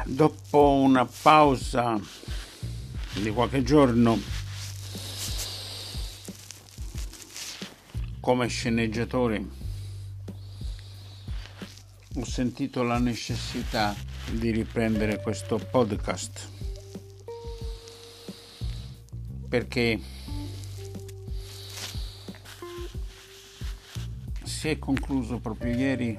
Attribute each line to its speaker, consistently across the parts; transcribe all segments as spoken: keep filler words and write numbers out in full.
Speaker 1: Dopo una pausa di qualche giorno, come sceneggiatore, ho sentito la necessità di riprendere questo podcast perché si è concluso proprio ieri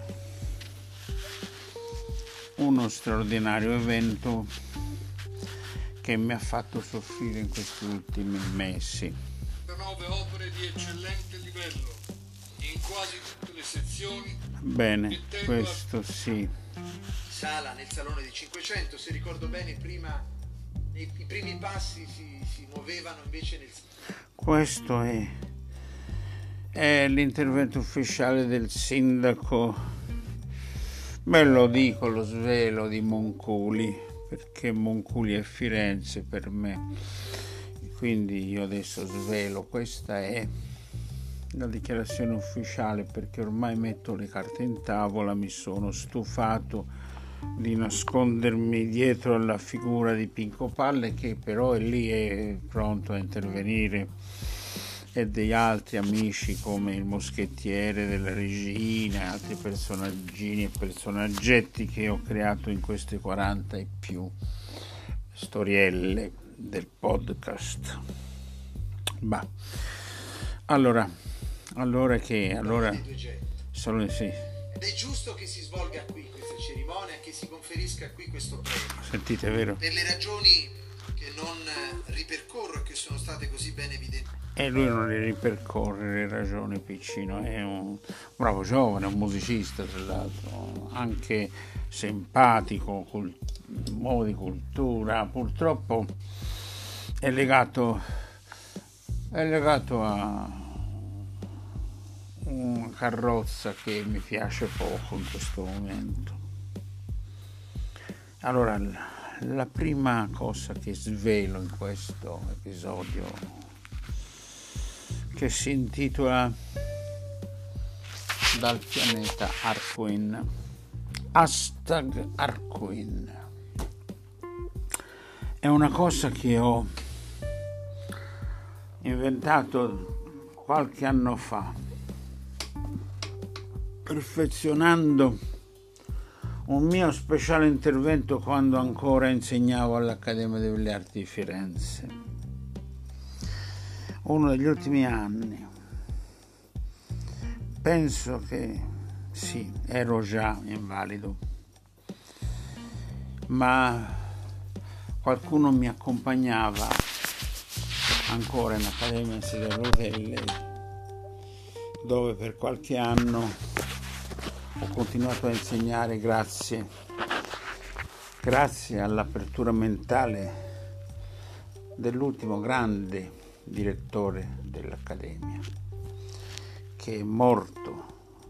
Speaker 1: uno straordinario evento che mi ha fatto soffrire in questi ultimi mesi.
Speaker 2: nove opere di eccellente livello in quasi tutte le sezioni.
Speaker 1: Bene, questo sì.
Speaker 3: Sala nel salone di cinquecento, se ricordo bene, prima i, i primi passi si, si muovevano invece nel...
Speaker 1: Questo è, è l'intervento ufficiale del sindaco. Ve lo dico, lo svelo, di Monculi, perché Monculi è Firenze per me, quindi io adesso svelo. Questa è la dichiarazione ufficiale, perché ormai metto le carte in tavola. Mi sono stufato di nascondermi dietro alla figura di Pinco Palle, che però è lì, è pronto a intervenire, e degli altri amici come il moschettiere della regina, altri personaggini e personaggetti che ho creato in queste quaranta e più storielle del podcast. Bah. Allora, allora che allora solo sì.
Speaker 3: Ed è giusto che si svolga qui questa cerimonia, che si conferisca qui questo premio.
Speaker 1: Sentite, vero?
Speaker 3: Per le ragioni che non ripercorro e che sono state così ben evidenti.
Speaker 1: E lui non le ripercorre le ragioni, piccino, è un bravo giovane, un musicista tra l'altro, anche simpatico, col uomo di cultura. Purtroppo è legato è legato a una carrozza che mi piace poco in questo momento. Allora, la prima cosa che svelo in questo episodio, che si intitola Dal pianeta Arkwin, hashtag Arkwin, è una cosa che ho inventato qualche anno fa, perfezionando un mio speciale intervento quando ancora insegnavo all'Accademia delle Belle Arti di Firenze. Uno degli ultimi anni. Penso che sì, ero già invalido, ma qualcuno mi accompagnava ancora in Accademia Sede Rotelle, dove per qualche anno ho continuato a insegnare grazie grazie all'apertura mentale dell'ultimo grande direttore dell'Accademia, che è morto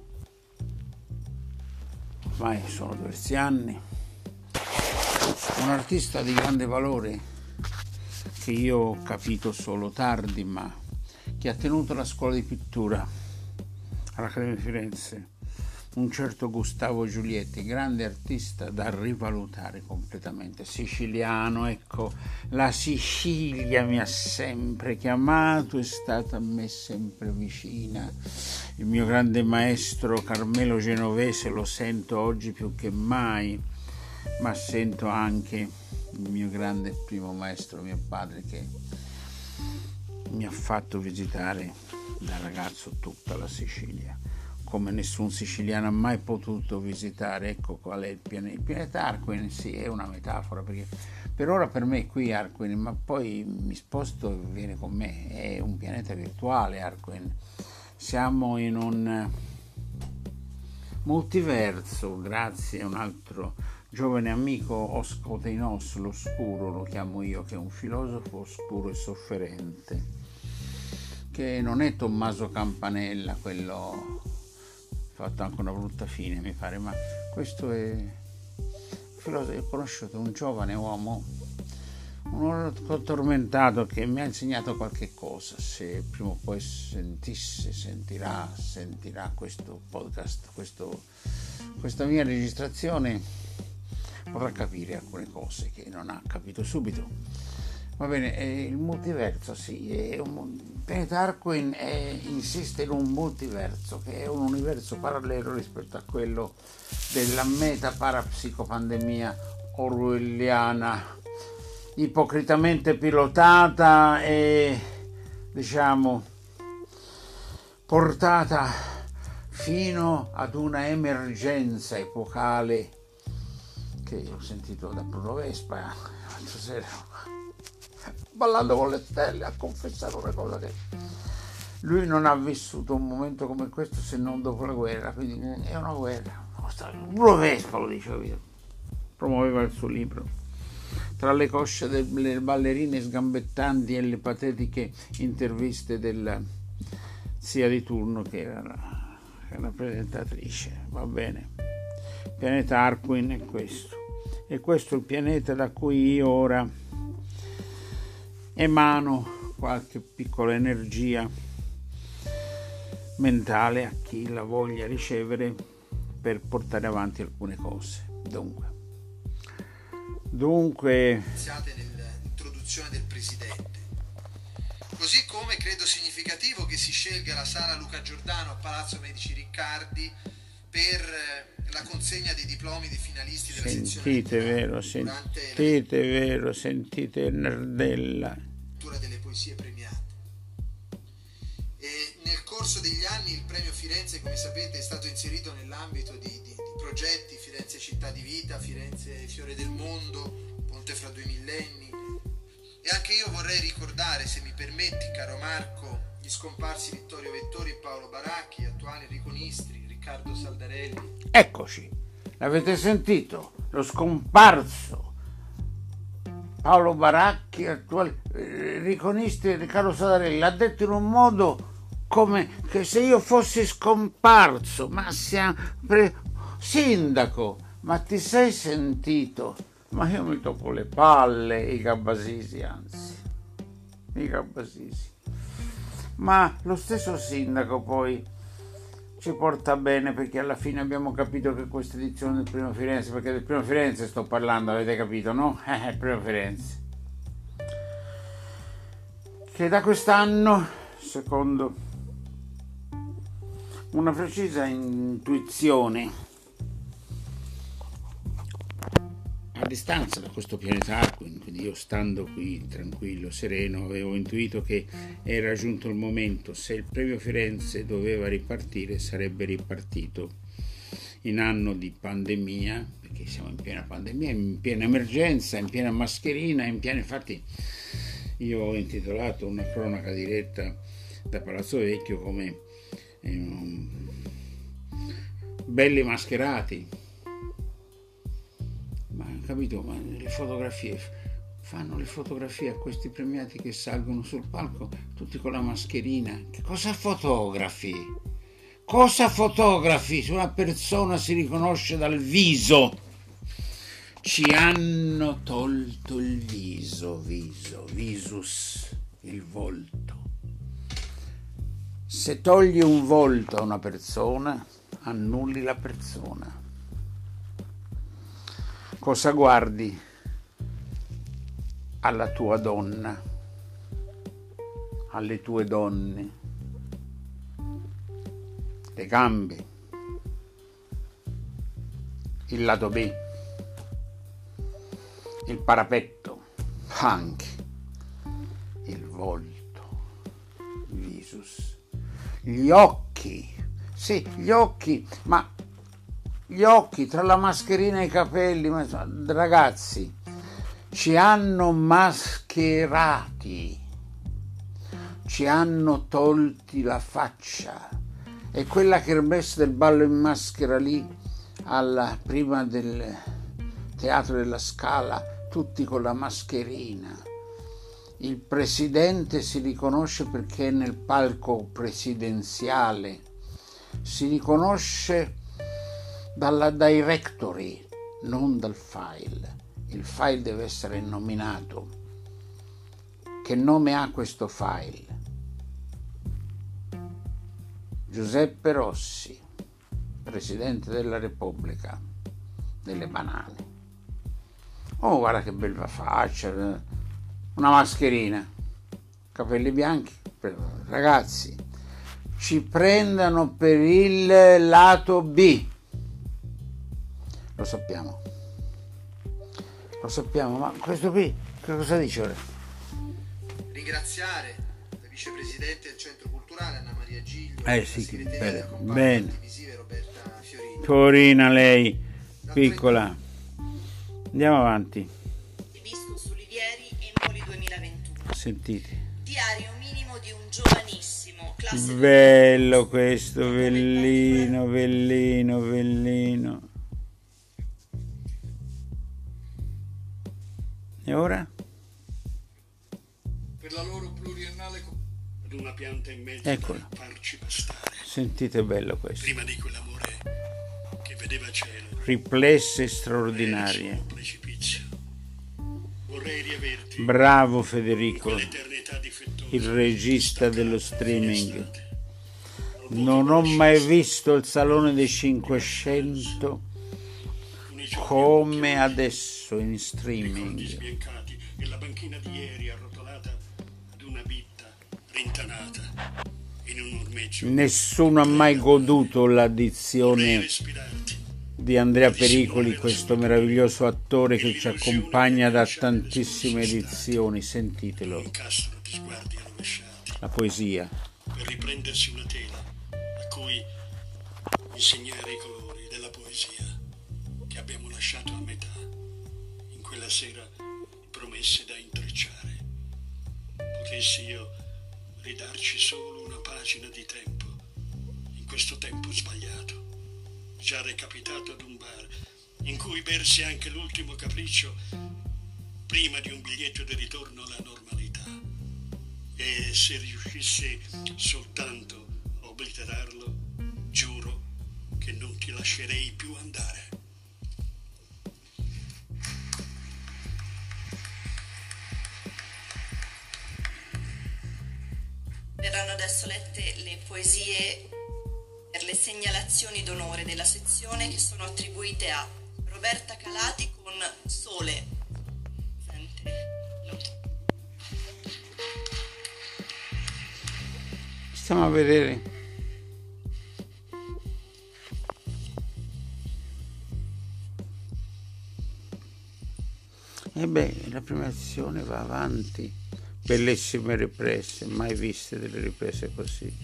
Speaker 1: ormai sono diversi anni, un artista di grande valore che io ho capito solo tardi, ma che ha tenuto la scuola di pittura all'Accademia di Firenze, un certo Gustavo Giulietti, grande artista da rivalutare completamente, siciliano. Ecco, la Sicilia mi ha sempre chiamato, è stata a me sempre vicina. Il mio grande maestro Carmelo Genovese lo sento oggi più che mai, ma sento anche il mio grande primo maestro, mio padre, che mi ha fatto visitare da ragazzo tutta la Sicilia, come nessun siciliano ha mai potuto visitare. Ecco qual è il pianeta. Il pianeta Arkwin, sì, è una metafora, perché per ora per me è qui Arkwin, ma poi mi sposto e viene con me. È un pianeta virtuale Arkwin. Siamo in un multiverso, grazie a un altro giovane amico, Osco Teinos, l'oscuro lo chiamo io, che è un filosofo oscuro e sofferente, che non è Tommaso Campanella, quello fatto anche una brutta fine mi pare, ma questo è un filosofo. Ho conosciuto un giovane uomo, un tormentato, che mi ha insegnato qualche cosa. Se prima o poi sentisse, sentirà, sentirà questo podcast, questo, questa mia registrazione, potrà capire alcune cose che non ha capito subito. Va bene, eh, il multiverso, sì, è un, Pianeta Arquin è, insiste in un multiverso che è un universo parallelo rispetto a quello della meta-parapsicopandemia orwelliana, ipocritamente pilotata e, diciamo, portata fino ad una emergenza epocale che ho sentito da Bruno Vespa l'altra sera, ballando con le stelle, a confessare una cosa, che lui non ha vissuto un momento come questo se non dopo la guerra, quindi è una guerra. Bruno Vespa lo diceva, promuoveva il suo libro. Tra le cosce delle ballerine sgambettanti e le patetiche interviste della zia di turno che era la, la presentatrice. Va bene, Pianeta Arquin è questo, e questo è il pianeta da cui io ora emano qualche piccola energia mentale a chi la voglia ricevere per portare avanti alcune cose. Dunque, dunque
Speaker 3: iniziate nell'introduzione del presidente. Così come credo significativo che si scelga la sala Luca Giordano a Palazzo Medici Riccardi per la consegna dei diplomi dei finalisti della
Speaker 1: sentite
Speaker 3: sezione
Speaker 1: vero, sentite la... vero, sentite Nardella,
Speaker 3: delle poesie premiate. E nel corso degli anni il premio Firenze, come sapete, è stato inserito nell'ambito di, di, di progetti Firenze Città di Vita, Firenze Fiore del Mondo, Ponte fra due millenni. E anche io vorrei ricordare, se mi permetti, caro Marco, gli scomparsi Vittorio Vettori e Paolo Baracchi, attuali riconistri, Riccardo Saldarelli.
Speaker 1: Eccoci, l'avete sentito, lo scomparso Paolo Baracchi, attuale eh, riconistri, Riccardo Saldarelli, l'ha detto in un modo come che se io fossi scomparso. Ma sia pre... sindaco, ma ti sei sentito? Ma io mi tocco le palle, i Gabbasisi, anzi, i Gabbasisi. Ma lo stesso sindaco poi ci porta bene, perché alla fine abbiamo capito che questa edizione del Primo Firenze, perché del Primo Firenze sto parlando, avete capito, no? Eh, il Primo Firenze. Che da quest'anno, secondo una precisa intuizione, a distanza da questo pianeta Arquin, quindi io stando qui tranquillo, sereno, avevo intuito che era giunto il momento. Se il Premio Firenze doveva ripartire, sarebbe ripartito in anno di pandemia, perché siamo in piena pandemia, in piena emergenza, in piena mascherina, in piena... Infatti io ho intitolato una cronaca diretta da Palazzo Vecchio come eh, belli mascherati. Ma capito, ma le fotografie fanno le fotografie a questi premiati che salgono sul palco tutti con la mascherina. Che cosa fotografi? Cosa fotografi? Se una persona si riconosce dal viso. Ci hanno tolto il viso, viso, visus, il volto. Se togli un volto a una persona, annulli la persona. Cosa guardi alla tua donna, alle tue donne? Le gambe, il lato B, il parapetto, anche il volto, il visus, gli occhi, sì, gli occhi, ma gli occhi tra la mascherina e i capelli, ma, ragazzi, ci hanno mascherati, ci hanno tolti la faccia. E quella kermesse del ballo in maschera lì, alla prima del Teatro della Scala, tutti con la mascherina. Il presidente si riconosce perché è nel palco presidenziale, si riconosce dalla directory, non dal file. Il file deve essere nominato. Che nome ha questo file? Giuseppe Rossi, Presidente della Repubblica, delle banane. Oh, guarda che bella faccia, una mascherina, capelli bianchi. Ragazzi, ci prendano per il lato B, lo sappiamo, lo sappiamo, ma questo qui che cosa dice ora?
Speaker 3: Ringraziare la vicepresidente del Centro Culturale Anna Maria Giglio,
Speaker 1: Eh
Speaker 3: la
Speaker 1: sì,
Speaker 3: segreteria
Speaker 1: bene,
Speaker 3: del comparto
Speaker 1: bene.
Speaker 3: antivisive Roberta Fiorini.
Speaker 1: Porina lei, piccola. Andiamo avanti.
Speaker 4: Visco Sulivieri, Empoli duemilaventuno.
Speaker 1: Sentite.
Speaker 4: Diario minimo di un giovanissimo, classe
Speaker 1: Bello questo, bellino, bellino, bellino. E ora?
Speaker 2: Per la loro pluriennale co- ad una pianta in mezzo
Speaker 1: Eccolo.
Speaker 2: da farci bastare.
Speaker 1: Sentite bello questo.
Speaker 2: Prima di quell'amore che vedeva cielo.
Speaker 1: Riflesse
Speaker 2: Era
Speaker 1: straordinarie.
Speaker 2: solo precipizio. Vorrei riaverti.
Speaker 1: Bravo Federico,
Speaker 2: Quell'eternità difettosa.
Speaker 1: il regista dello
Speaker 2: staccata
Speaker 1: streaming.
Speaker 2: fine estate.
Speaker 1: Non ho mai visto il Salone dei Cinquecento come adesso in
Speaker 2: Ricordi
Speaker 1: streaming.
Speaker 2: sbiancati e la banchina di ieri arrotolata ad una bitta rintanata in un ormeggio.
Speaker 1: Nessuno ha mai goduto
Speaker 2: Vorrei
Speaker 1: l'addizione
Speaker 2: respirarti.
Speaker 1: di Andrea Pericoli, questo meraviglioso attore che ci accompagna da tantissime edizioni. Sentitelo,
Speaker 2: Incastrano di sguardi rovesciati
Speaker 1: la poesia.
Speaker 2: per riprendersi una tela a cui insegnare i colori della poesia che abbiamo lasciato a metà in quella sera promesse da intrecciare. Potessi io ridarci solo una pagina di tempo in questo tempo sbagliato, già recapitato ad un bar in cui bersi anche l'ultimo capriccio prima di un biglietto di ritorno alla normalità. E se riuscissi soltanto a obliterarlo, giuro che non ti lascerei più andare.
Speaker 4: Verranno adesso lette le poesie per le segnalazioni d'onore della sezione che sono attribuite a Roberta Calati con Sole. Sente, lo-
Speaker 1: Stiamo a vedere. E beh, la prima azione va avanti. Bellissime riprese, mai viste delle riprese così.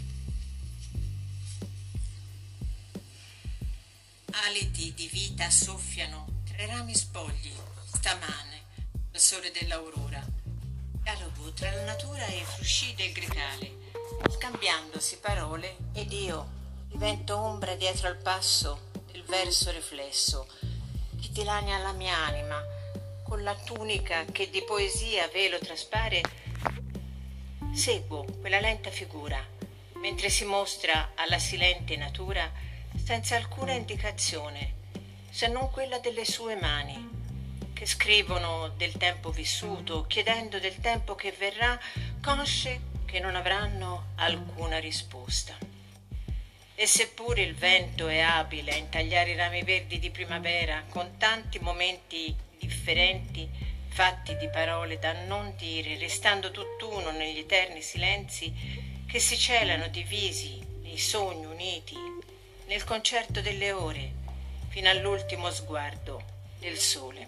Speaker 5: Aliti di vita soffiano tra i rami spogli, stamane, al sole dell'aurora. Dialogo tra la natura e i frusci del grecale, scambiandosi parole ed io divento ombra dietro al passo del verso riflesso che dilania la mia anima con la tunica che di poesia velo traspare. Seguo quella lenta figura mentre si mostra alla silente natura senza alcuna indicazione, se non quella delle sue mani, che scrivono del tempo vissuto, chiedendo del tempo che verrà, consce che non avranno alcuna risposta. E seppure il vento è abile a intagliare i rami verdi di primavera, con tanti momenti differenti, fatti di parole da non dire, restando tutt'uno negli eterni silenzi che si celano divisi nei sogni uniti, nel concerto delle ore, fino all'ultimo sguardo del sole.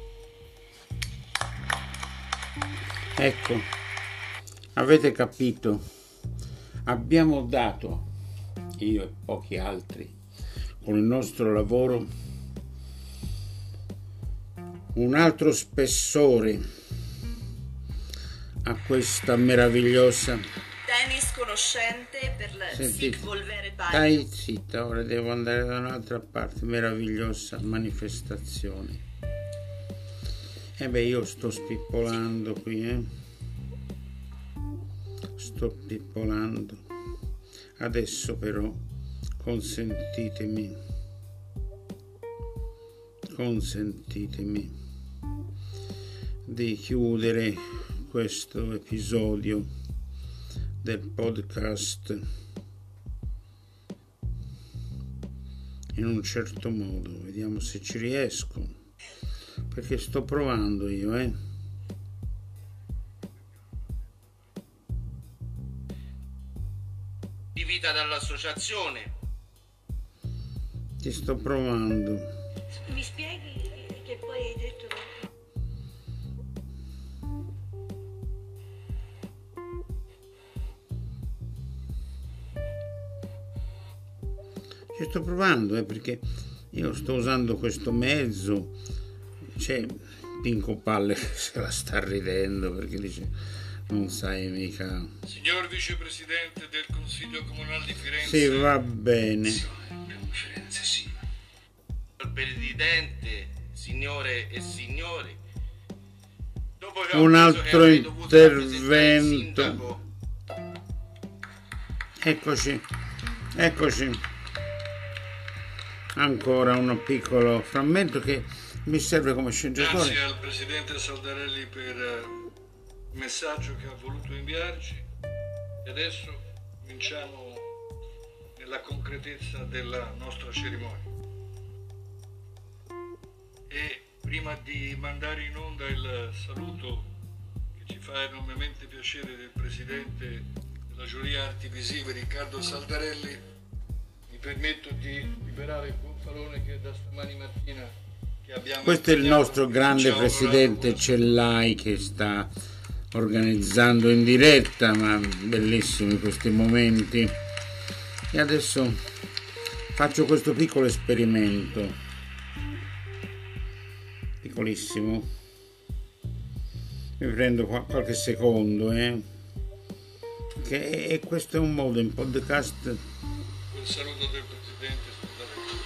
Speaker 1: Ecco, avete capito? Abbiamo dato, io e pochi altri, con il nostro lavoro, un altro spessore a questa meravigliosa.
Speaker 4: Tennis conoscente per la
Speaker 1: Sentite,
Speaker 4: Sig Volvere
Speaker 1: stai
Speaker 4: Bike.
Speaker 1: zitta, ora devo andare da un'altra parte. Meravigliosa manifestazione. E beh, io sto spippolando qui, eh. Sto spippolando. Adesso però consentitemi, consentitemi di chiudere questo episodio del podcast in un certo modo. Vediamo se ci riesco. perché sto provando io, eh.
Speaker 6: Di vita dall'associazione.
Speaker 1: Ti sto provando.
Speaker 7: Mi spieghi che poi hai detto?
Speaker 1: Ci sto provando, eh, perché io sto usando questo mezzo. C'è Pinco Palle che se la sta ridendo perché dice non sai mica.
Speaker 2: Signor Vicepresidente del Consiglio Comunale di Firenze.
Speaker 1: Sì, va bene.
Speaker 2: Firenze, sì.
Speaker 6: Il Presidente, signore e signori. Dopo che ho
Speaker 1: Un
Speaker 6: appreso che
Speaker 1: altro
Speaker 6: avrei dovuto rappresentare il
Speaker 1: intervento.
Speaker 6: sindaco,
Speaker 1: Eccoci, eccoci. Ancora un piccolo frammento che mi serve come sceneggiatore.
Speaker 2: Grazie al Presidente Saldarelli per il messaggio che ha voluto inviarci. E adesso cominciamo nella concretezza della nostra cerimonia. E prima di mandare in onda il saluto che ci fa enormemente piacere del Presidente della Giuria Arti Visive Riccardo Saldarelli, mi permetto di liberare il gonfalone che da stamani mattina che abbiamo.
Speaker 1: Questo è il nostro grande
Speaker 2: Ciao,
Speaker 1: presidente
Speaker 2: bravo.
Speaker 1: Cellai che sta organizzando in diretta, ma bellissimi questi momenti. E adesso faccio questo piccolo esperimento, piccolissimo. Mi prendo qualche secondo, eh. Che, e questo è un modo in podcast.
Speaker 2: Il saluto del Presidente Saldarelli.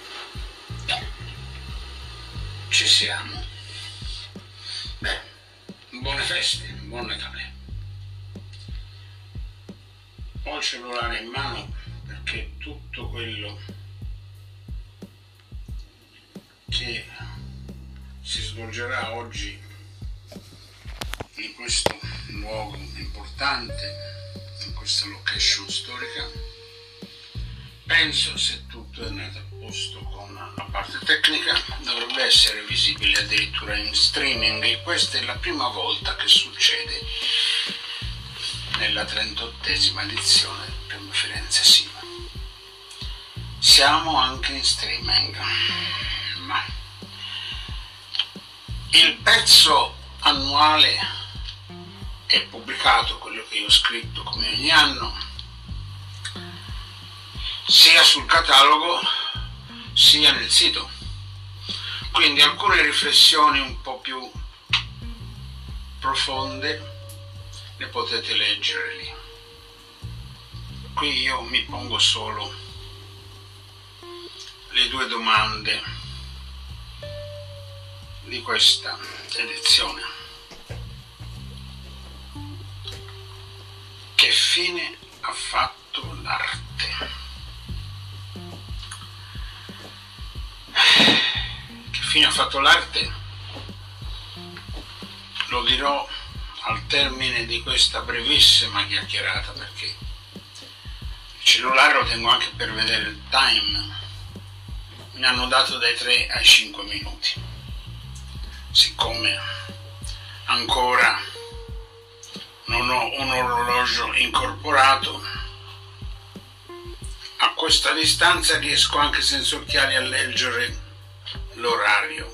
Speaker 1: Ci siamo. Beh, buone feste, buon Natale. Ho il cellulare in mano perché tutto quello che si svolgerà oggi in questo luogo importante, in questa location storica, penso, se tutto è andato a posto con la parte tecnica, dovrebbe essere visibile addirittura in streaming, e questa è la prima volta che succede nella trentottesima edizione del Premio Firenze Sima. Siamo anche in streaming, ma il pezzo annuale è pubblicato, quello che io ho scritto come ogni anno, sia sul catalogo sia nel sito, quindi alcune riflessioni un po' più profonde le potete leggere lì. Qui io mi pongo solo le due domande di questa edizione: che fine ha fatto l'arte? Che fine ha fatto l'arte? Lo dirò al termine di questa brevissima chiacchierata, perché il cellulare lo tengo anche per vedere il time. Mi hanno dato dai tre ai cinque minuti. Siccome ancora non ho un orologio incorporato, a questa distanza riesco anche senza occhiali a leggere l'orario.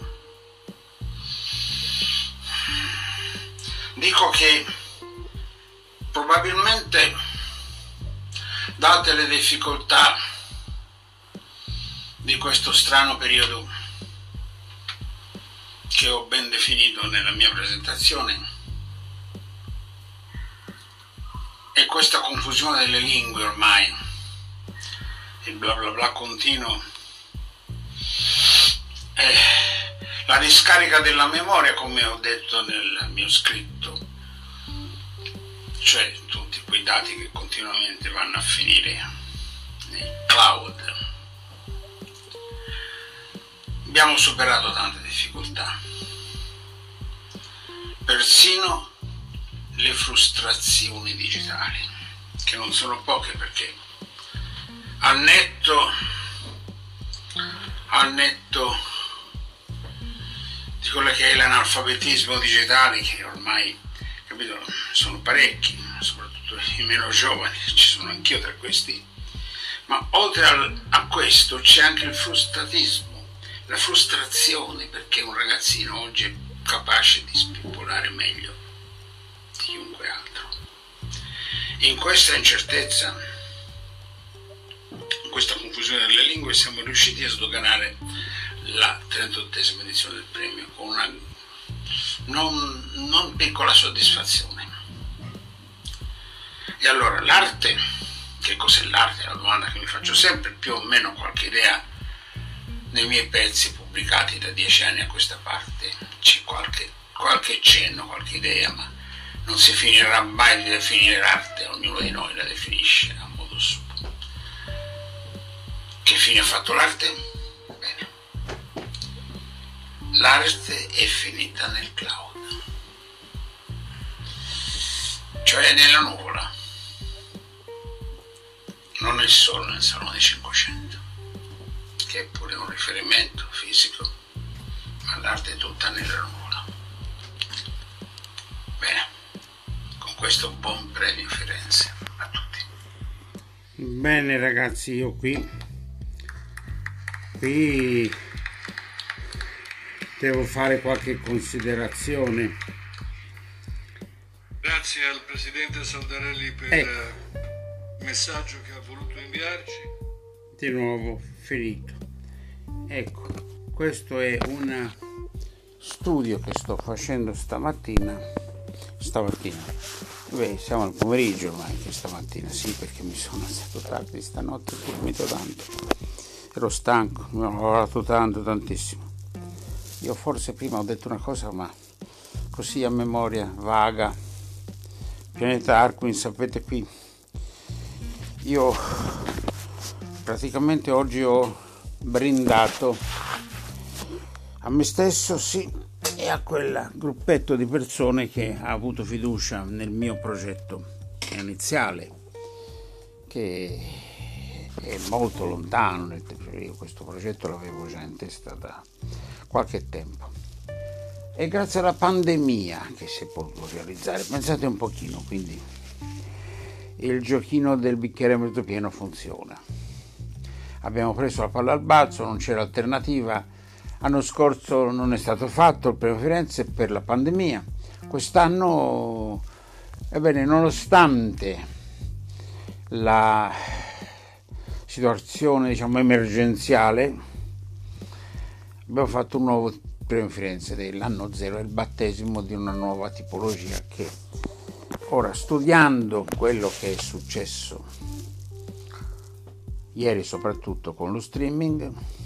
Speaker 1: Dico che probabilmente, date le difficoltà di questo strano periodo che ho ben definito nella mia presentazione, e questa confusione delle lingue ormai, il bla bla bla continuo, eh, la discarica della memoria, come ho detto nel mio scritto, cioè tutti quei dati che continuamente vanno a finire nel cloud. Abbiamo superato tante difficoltà, persino le frustrazioni digitali, che non sono poche, perché al netto, al netto di quello che è l'analfabetismo digitale, che ormai, capito, sono parecchi, soprattutto i meno giovani, ci sono anch'io tra questi, ma oltre al, a questo c'è anche il frustratismo, la frustrazione, perché un ragazzino oggi è capace di spippolare meglio di chiunque altro. In questa incertezza, in questa confusione delle lingue, siamo riusciti a sdoganare la trentottesima edizione del premio con una non, non piccola soddisfazione. E allora, l'arte, che cos'è l'arte? È una domanda che mi faccio sempre, più o meno qualche idea nei miei pezzi pubblicati da dieci anni a questa parte, c'è qualche, qualche cenno, qualche idea, ma non si finirà mai di definire l'arte, ognuno di noi la definisce a modo suo. Che fine ha fatto l'arte? Bene. L'arte è finita nel cloud, cioè nella nuvola, non è solo nel Salone cinquecento, che è pure un riferimento fisico, ma l'arte è tutta nella nuvola. Bene, con questo buon premio Firenze a tutti. Bene ragazzi, io qui, qui devo fare qualche considerazione.
Speaker 2: Grazie al Presidente Saldarelli per
Speaker 1: ecco.
Speaker 2: il messaggio che ha voluto inviarci.
Speaker 1: Di nuovo finito. Ecco, questo è un studio che sto facendo stamattina. Stamattina. Beh, siamo al pomeriggio ormai, che stamattina, sì, perché mi sono alzato tardi stanotte, ho dormito tanto. Ero stanco, mi ho lavorato tanto, tantissimo. Io forse prima ho detto una cosa, ma così a memoria vaga. Pianeta Arquin, sapete, qui io praticamente oggi ho brindato a me stesso, sì, e a quel gruppetto di persone che ha avuto fiducia nel mio progetto iniziale, che è molto lontano nel tempo. Io questo progetto l'avevo già in testa da qualche tempo. E grazie alla pandemia che si è potuto realizzare. Pensate un pochino, quindi il giochino del bicchiere mezzo pieno funziona. Abbiamo preso la palla al balzo, non c'era alternativa. L'anno scorso non è stato fatto il premio Firenze per la pandemia. Quest'anno, ebbene, nonostante la situazione, diciamo, emergenziale, abbiamo fatto un nuovo premio Firenze dell'anno zero, il battesimo di una nuova tipologia che ora, studiando quello che è successo ieri soprattutto con lo streaming,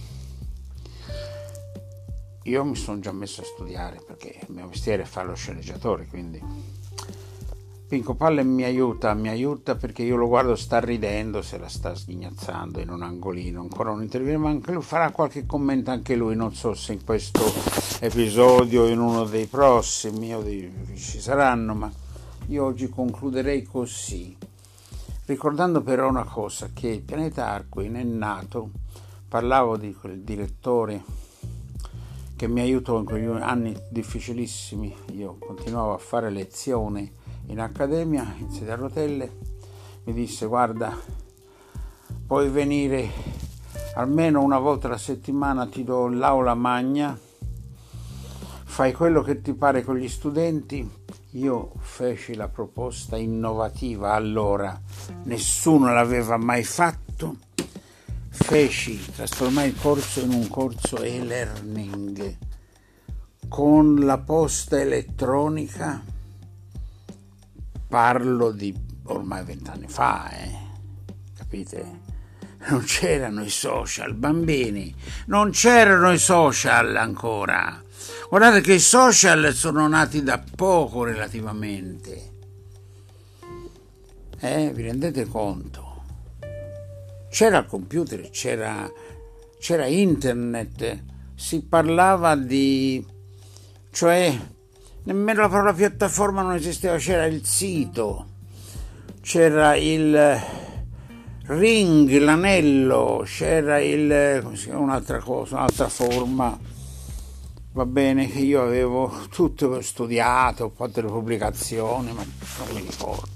Speaker 1: io mi sono già messo a studiare, perché il mio mestiere è fare lo sceneggiatore, quindi Pinco Palle mi aiuta, mi aiuta perché io lo guardo, sta ridendo, se la sta sghignazzando in un angolino, ancora non interviene, ma anche lui farà qualche commento, anche lui, non so se in questo episodio o in uno dei prossimi o dei, ci saranno, ma io oggi concluderei così, ricordando però una cosa, che il Pianeta Arquin è nato, parlavo di quel direttore che mi aiutò in quegli anni difficilissimi, io continuavo a fare lezioni in accademia, in sedia a rotelle, mi disse: guarda, puoi venire almeno una volta alla settimana, ti do l'aula magna, fai quello che ti pare con gli studenti. Io feci la proposta innovativa, allora nessuno l'aveva mai fatto, feci, trasformai il corso in un corso e-learning con la posta elettronica. Parlo di ormai vent'anni fa, eh? Capite? Non c'erano i social, bambini, non c'erano i social ancora. Guardate che i social sono nati da poco relativamente. Eh, vi rendete conto? C'era il computer, c'era, c'era internet, si parlava di... cioè... nemmeno la parola piattaforma non esisteva, c'era il sito, c'era il ring, l'anello, c'era il, come si chiama, un'altra cosa, un'altra forma, Va bene che io avevo tutto studiato, ho fatto le pubblicazioni, ma non mi ricordo.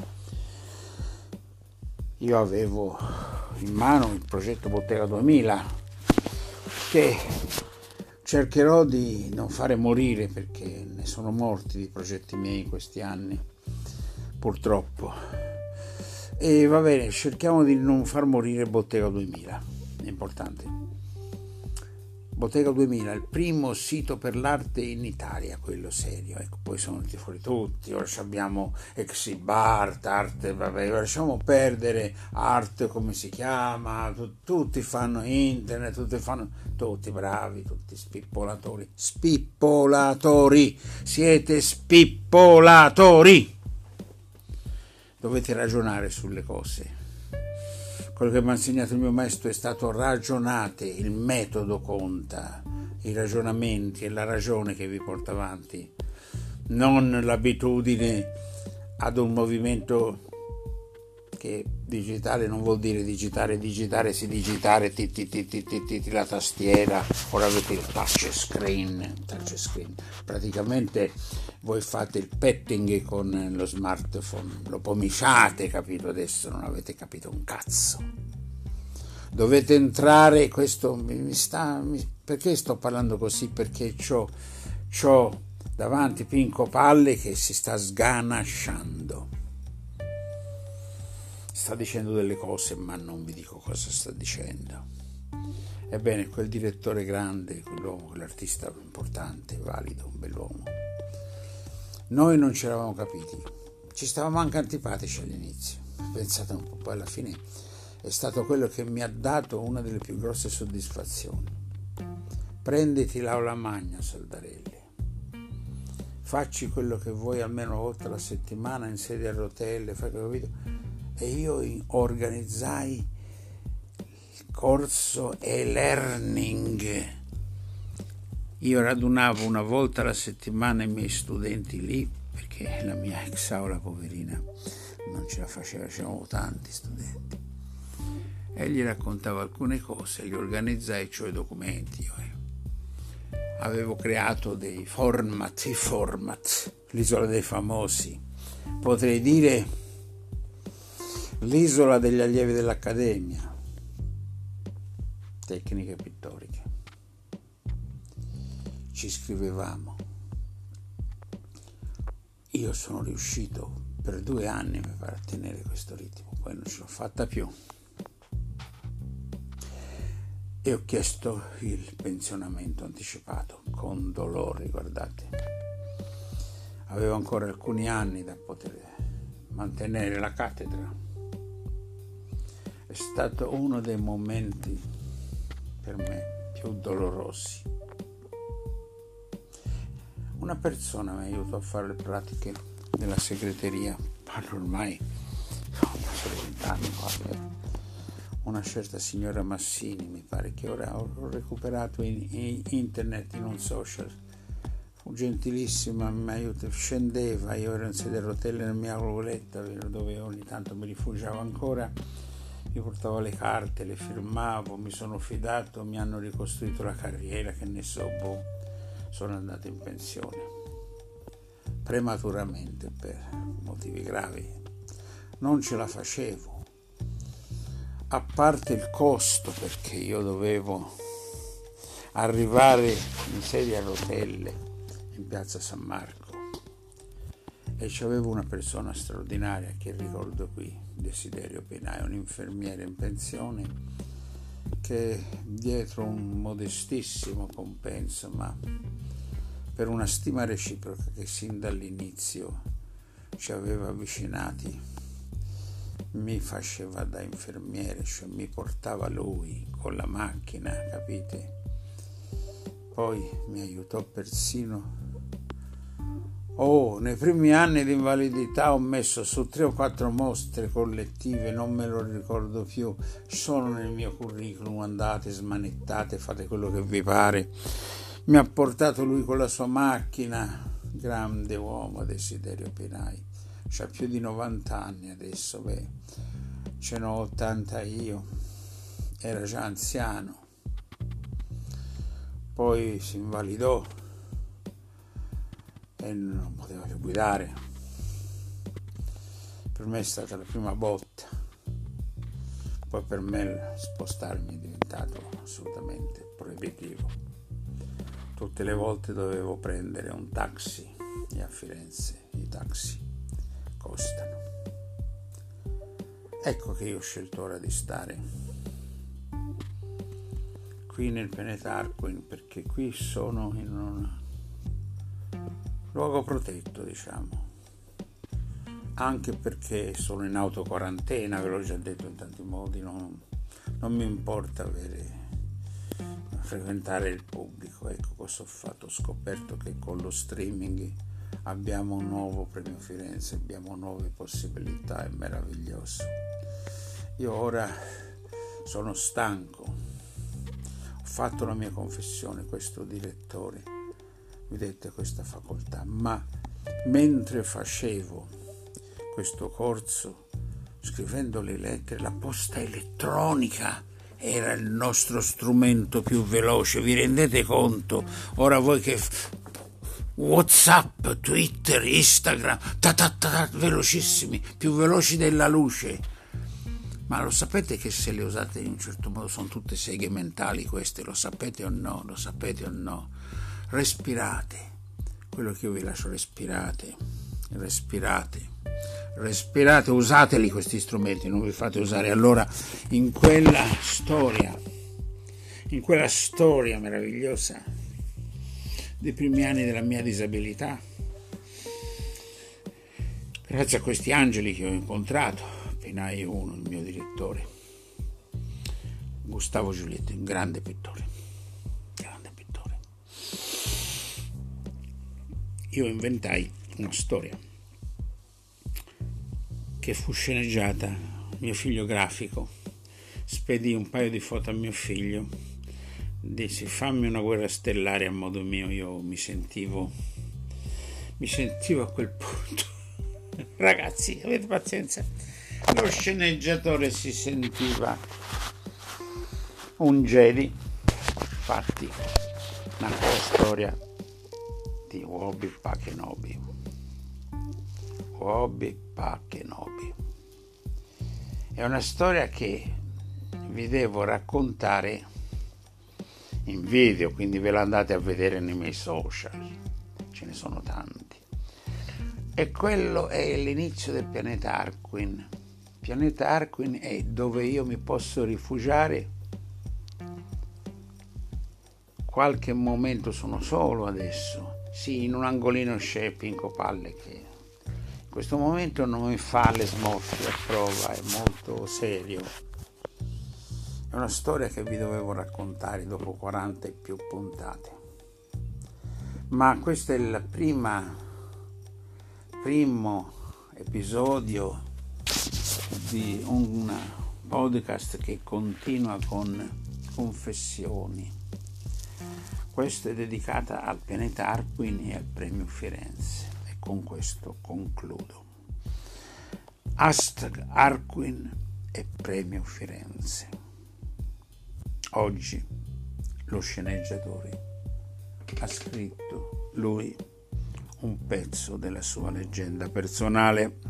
Speaker 1: Io avevo in mano il progetto Bottega duemila, che cercherò di non fare morire, perché ne sono morti di progetti miei in questi anni, purtroppo. E va bene, cerchiamo di non far morire Bottega duemila, è importante. Bottega duemila, il primo sito per l'arte in Italia, quello serio, ecco, poi sono venuti fuori tutti, ora abbiamo Exibart, arte, vabbè, lasciamo perdere arte, come si chiama, tu, tutti fanno internet, tutti fanno, tutti bravi, tutti spippolatori, spippolatori, siete spippolatori, dovete ragionare sulle cose. Quello che mi ha insegnato il mio maestro è stato: ragionate, il metodo conta, i ragionamenti e la ragione che vi porta avanti, non l'abitudine ad un movimento che digitale non vuol dire digitare, digitare, si digitare, ti, ti, ti, ti, ti, ti, ti, la tastiera, ora avete il touch screen, touch screen, praticamente voi fate il petting con lo smartphone, lo pomiciate, capito? Adesso non avete capito un cazzo, dovete entrare, questo mi, mi sta, mi, perché sto parlando così? Perché c'ho, c'ho davanti Pinco Palle che si sta sganasciando, sta dicendo delle cose ma non vi dico cosa sta dicendo. Ebbene, quel direttore grande, quell'uomo, quell'artista importante, valido, un bell'uomo, noi non ci eravamo capiti, ci stavamo anche antipatici all'inizio, pensate un po', poi alla fine è stato quello che mi ha dato una delle più grosse soddisfazioni. Prenditi l'aula magna, Saldarelli, facci quello che vuoi almeno una volta alla settimana in sedia a rotelle, fai capito? E io organizzai il corso e-learning. Io radunavo una volta alla settimana i miei studenti lì, perché la mia ex aula poverina non ce la faceva, c'erano tanti studenti, e gli raccontavo alcune cose, gli organizzai, cioè documenti. Io, eh. Avevo creato dei format, i format, l'isola dei famosi, potrei dire l'isola degli allievi dell'Accademia, tecniche pittoriche. Ci scrivevamo. Io sono riuscito per due anni mi pare a tenere questo ritmo, poi non ce l'ho fatta più e ho chiesto il pensionamento anticipato con dolore. Guardate, avevo ancora alcuni anni da poter mantenere la cattedra. È stato uno dei momenti per me più dolorosi. Una persona mi aiutò a fare le pratiche della segreteria, parlo ormai sono vent'anni quasi, una certa signora Massini, mi pare, che ora ho recuperato in, in internet, in un social. Fu gentilissima, mi aiutò, scendeva, io ero in sedia a rotelle nella mia auletta dove ogni tanto mi rifugiavo ancora. Io portavo le carte, le firmavo, mi sono fidato, mi hanno ricostruito la carriera, che ne so, boh, sono andato in pensione prematuramente per motivi gravi, non ce la facevo, a parte il costo, perché io dovevo arrivare in sedia a rotelle in piazza San Marco e c'avevo una persona straordinaria che ricordo qui, Desiderio Pinai, un infermiere in pensione, che dietro un modestissimo compenso, ma per una stima reciproca che sin dall'inizio ci aveva avvicinati, mi faceva da infermiere, cioè mi portava lui con la macchina, capite? Poi mi aiutò persino. Oh, nei primi anni di invalidità ho messo su tre o quattro mostre collettive, non me lo ricordo più, sono nel mio curriculum, andate, smanettate, fate quello che vi pare. Mi ha portato lui con la sua macchina, grande uomo, Desiderio Pinai, c'ha più di novanta anni adesso, beh, ce n'ho ottanta io, era già anziano. poi si invalidò e non poteva più guidare. Per me è stata la prima botta, poi per me spostarmi è diventato assolutamente proibitivo. Tutte le volte dovevo prendere un taxi e a Firenze i taxi costano. Ecco che io ho scelto ora di stare qui nel Penetarquin, perché qui sono in un luogo protetto, diciamo, anche perché sono in autoquarantena, ve l'ho già detto in tanti modi, non, non mi importa avere frequentare il pubblico. Ecco cosa ho fatto: ho scoperto che con lo streaming abbiamo un nuovo Premio Firenze, abbiamo nuove possibilità, è meraviglioso. Io ora sono stanco, ho fatto la mia confessione, questo direttore mi dette questa facoltà, ma mentre facevo questo corso, scrivendo le lettere, la posta elettronica era il nostro strumento più veloce, vi rendete conto? Ora voi che WhatsApp, Twitter, Instagram, ta ta ta, velocissimi, più veloci della luce. Ma lo sapete che se le usate in un certo modo sono tutte seghe mentali queste? Lo sapete o no? Lo sapete o no? Respirate. Quello che io vi lascio, respirate. Respirate. Respirate, usateli questi strumenti, non vi fate usare. Allora, in quella storia, in quella storia meravigliosa dei primi anni della mia disabilità, grazie a questi angeli che ho incontrato, Penaio uno, il mio direttore, Gustavo Giulietti, un grande pittore, grande pittore, io inventai una storia che fu sceneggiata. Mio figlio grafico spedì un paio di foto a mio figlio, dissi: fammi una guerra stellare a modo mio. Io mi sentivo mi sentivo a quel punto ragazzi, avete pazienza, lo sceneggiatore si sentiva un Jedi. Infatti nacque la storia di Obi-Wan Kenobi. Obi-Wan Kenobi è una storia che vi devo raccontare in video, quindi ve la andate a vedere nei miei social, ce ne sono tanti. E quello è l'inizio del pianeta Arquin. Pianeta Arquin è dove io mi posso rifugiare qualche momento, sono solo adesso, sì, in un angolino c'è Pinco Palle che in questo momento non mi fa le smorfie a prova, è molto serio. È una storia che vi dovevo raccontare dopo quaranta e più puntate, ma questo è il prima, primo episodio di un podcast che continua con confessioni. Questo è dedicata al pianeta Arquin e al Premio Firenze, e con questo concludo. Hashtag Arquin e Premio Firenze. Oggi lo sceneggiatore ha scritto lui un pezzo della sua leggenda personale.